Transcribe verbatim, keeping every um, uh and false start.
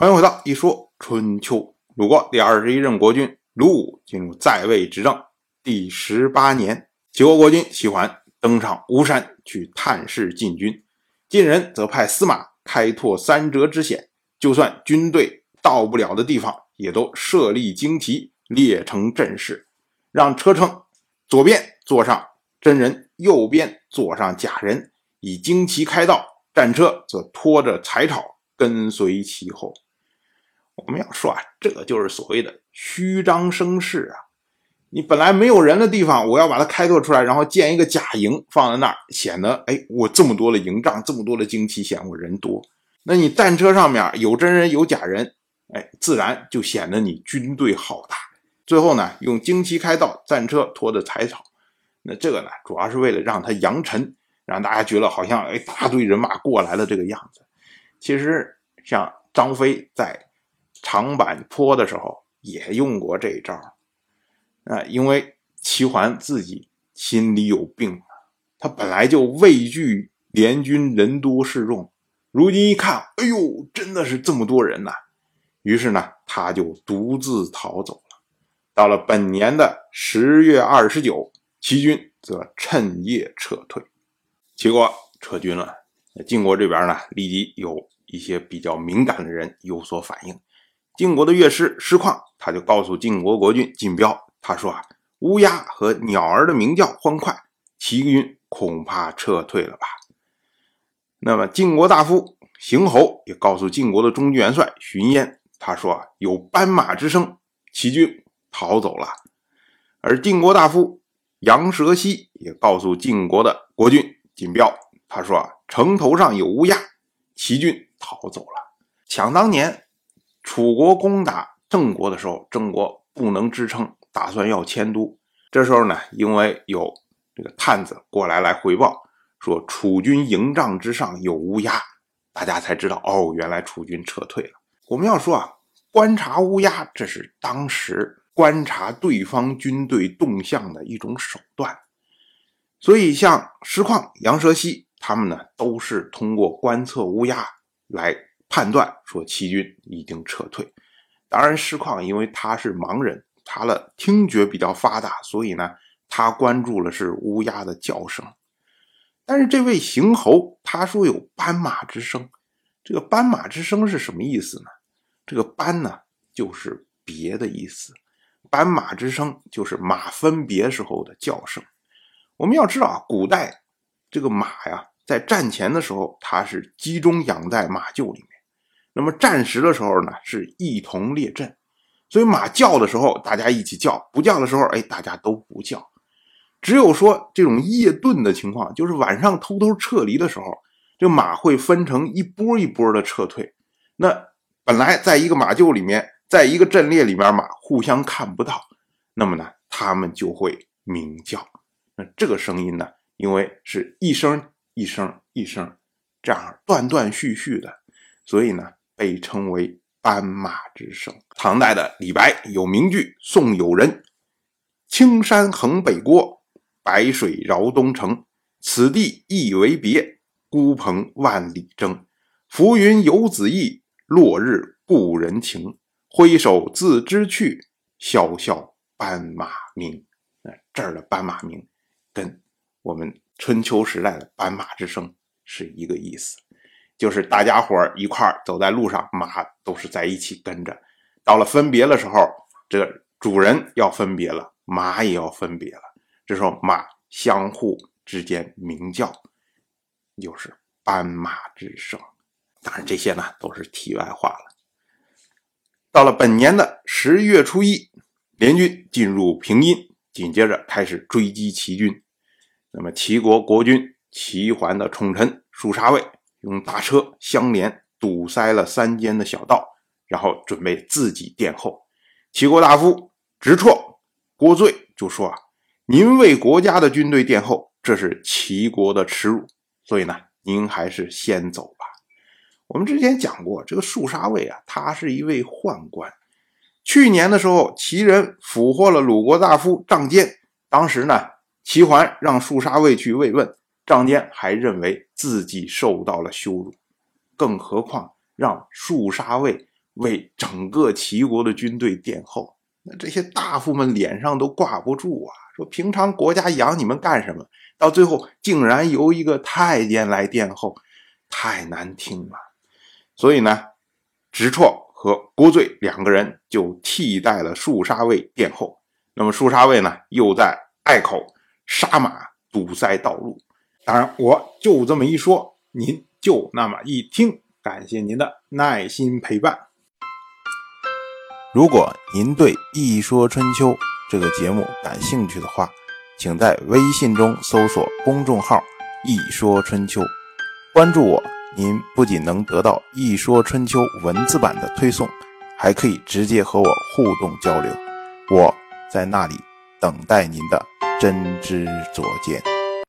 欢迎回到一说春秋。鲁国第二十一任国君鲁武进入在位执政第十八年，齐国国君齐桓登上巫山去探视晋军，晋人则派司马开拓三折之险，就算军队到不了的地方，也都设立旌旗，列成阵势，让车乘左边坐上真人，右边坐上假人，以旌旗开道，战车则拖着柴草跟随其后。我们要说啊，这个就是所谓的虚张声势啊。你本来没有人的地方，我要把它开拓出来，然后建一个假营放在那儿，显得哎，我这么多的营帐，这么多的旌旗，显我人多。那你战车上面有真人有假人，哎，自然就显得你军队浩大。最后呢，用旌旗开道，战车拖着柴草，那这个呢，主要是为了让它扬尘，让大家觉得好像哎大队人马过来了这个样子。其实像张飞在长坂坡的时候也用过这一招啊，因为齐桓自己心里有病，他本来就畏惧联军人多势众，如今一看，哎呦，真的是这么多人呐、啊！于是呢，他就独自逃走了。到了本年的十月二十九，齐军则趁夜撤退。齐国撤军了，晋国这边呢，立即有一些比较敏感的人有所反应。晋国的乐师师旷，他就告诉晋国国君晋彪，他说啊，乌鸦和鸟儿的鸣叫欢快，齐军恐怕撤退了吧。那么晋国大夫邢侯也告诉晋国的中军元帅荀嫣，他说啊，有斑马之声，齐军逃走了。而晋国大夫杨蛇溪也告诉晋国的国君晋彪，他说啊，城头上有乌鸦，齐军逃走了。想当年楚国攻打郑国的时候，郑国不能支撑，打算要迁都。这时候呢，因为有这个探子过来来回报，说楚军营帐之上有乌鸦，大家才知道哦，原来楚军撤退了。我们要说啊，观察乌鸦，这是当时观察对方军队动向的一种手段。所以像师旷、杨蛇溪他们呢，都是通过观测乌鸦来判断说齐军已经撤退。当然师旷因为他是盲人，他的听觉比较发达，所以呢他关注了是乌鸦的叫声。但是这位邢侯他说有斑马之声，这个斑马之声是什么意思呢？这个斑呢就是别的意思，斑马之声就是马分别时候的叫声。我们要知道啊，古代这个马呀，在战前的时候它是集中养在马厩里面，那么战时的时候呢，是一同列阵，所以马叫的时候大家一起叫，不叫的时候哎，大家都不叫。只有说这种夜遁的情况，就是晚上偷偷撤离的时候，这马会分成一波一波的撤退。那本来在一个马厩里面，在一个阵列里面，马互相看不到，那么呢他们就会鸣叫。那这个声音呢，因为是一声一声一声这样断断续续的，所以呢被称为斑马之声。唐代的李白有名句送友人，青山横北郭，白水绕东城，此地一为别，孤蓬万里征。浮云游子意，落日故人情，挥手自知去，萧萧斑马鸣。这儿的斑马鸣跟我们春秋时代的斑马之声是一个意思，就是大家伙一块儿走在路上，马都是在一起跟着，到了分别的时候，这个主人要分别了，马也要分别了，这时候马相互之间鸣叫，就是斑马之声。当然这些呢都是题外话了。到了本年的十月初一，联军进入平阴，紧接着开始追击齐军。那么齐国国君齐桓的宠臣舒沙卫用大车相连堵塞了三间的小道，然后准备自己殿后。齐国大夫直绰郭罪就说啊，您为国家的军队殿后，这是齐国的耻辱，所以呢您还是先走吧。我们之前讲过，这个舒沙卫啊，他是一位宦官。去年的时候，齐人俘获了鲁国大夫张坚，当时呢齐桓让舒沙卫去慰问，张坚还认为自己受到了羞辱，更何况让舒沙卫为整个齐国的军队殿后。那这些大夫们脸上都挂不住啊，说平常国家养你们干什么，到最后竟然由一个太监来殿后，太难听了。所以呢，直绰和郭罪两个人就替代了树杀卫殿后。那么树杀卫呢，又在隘口杀马堵塞道路。当然我就这么一说，您就那么一听，感谢您的耐心陪伴。如果您对《一说春秋》这个节目感兴趣的话，请在微信中搜索公众号一说春秋，关注我，您不仅能得到《一说春秋》文字版的推送，还可以直接和我互动交流，我在那里等待您的真知灼见。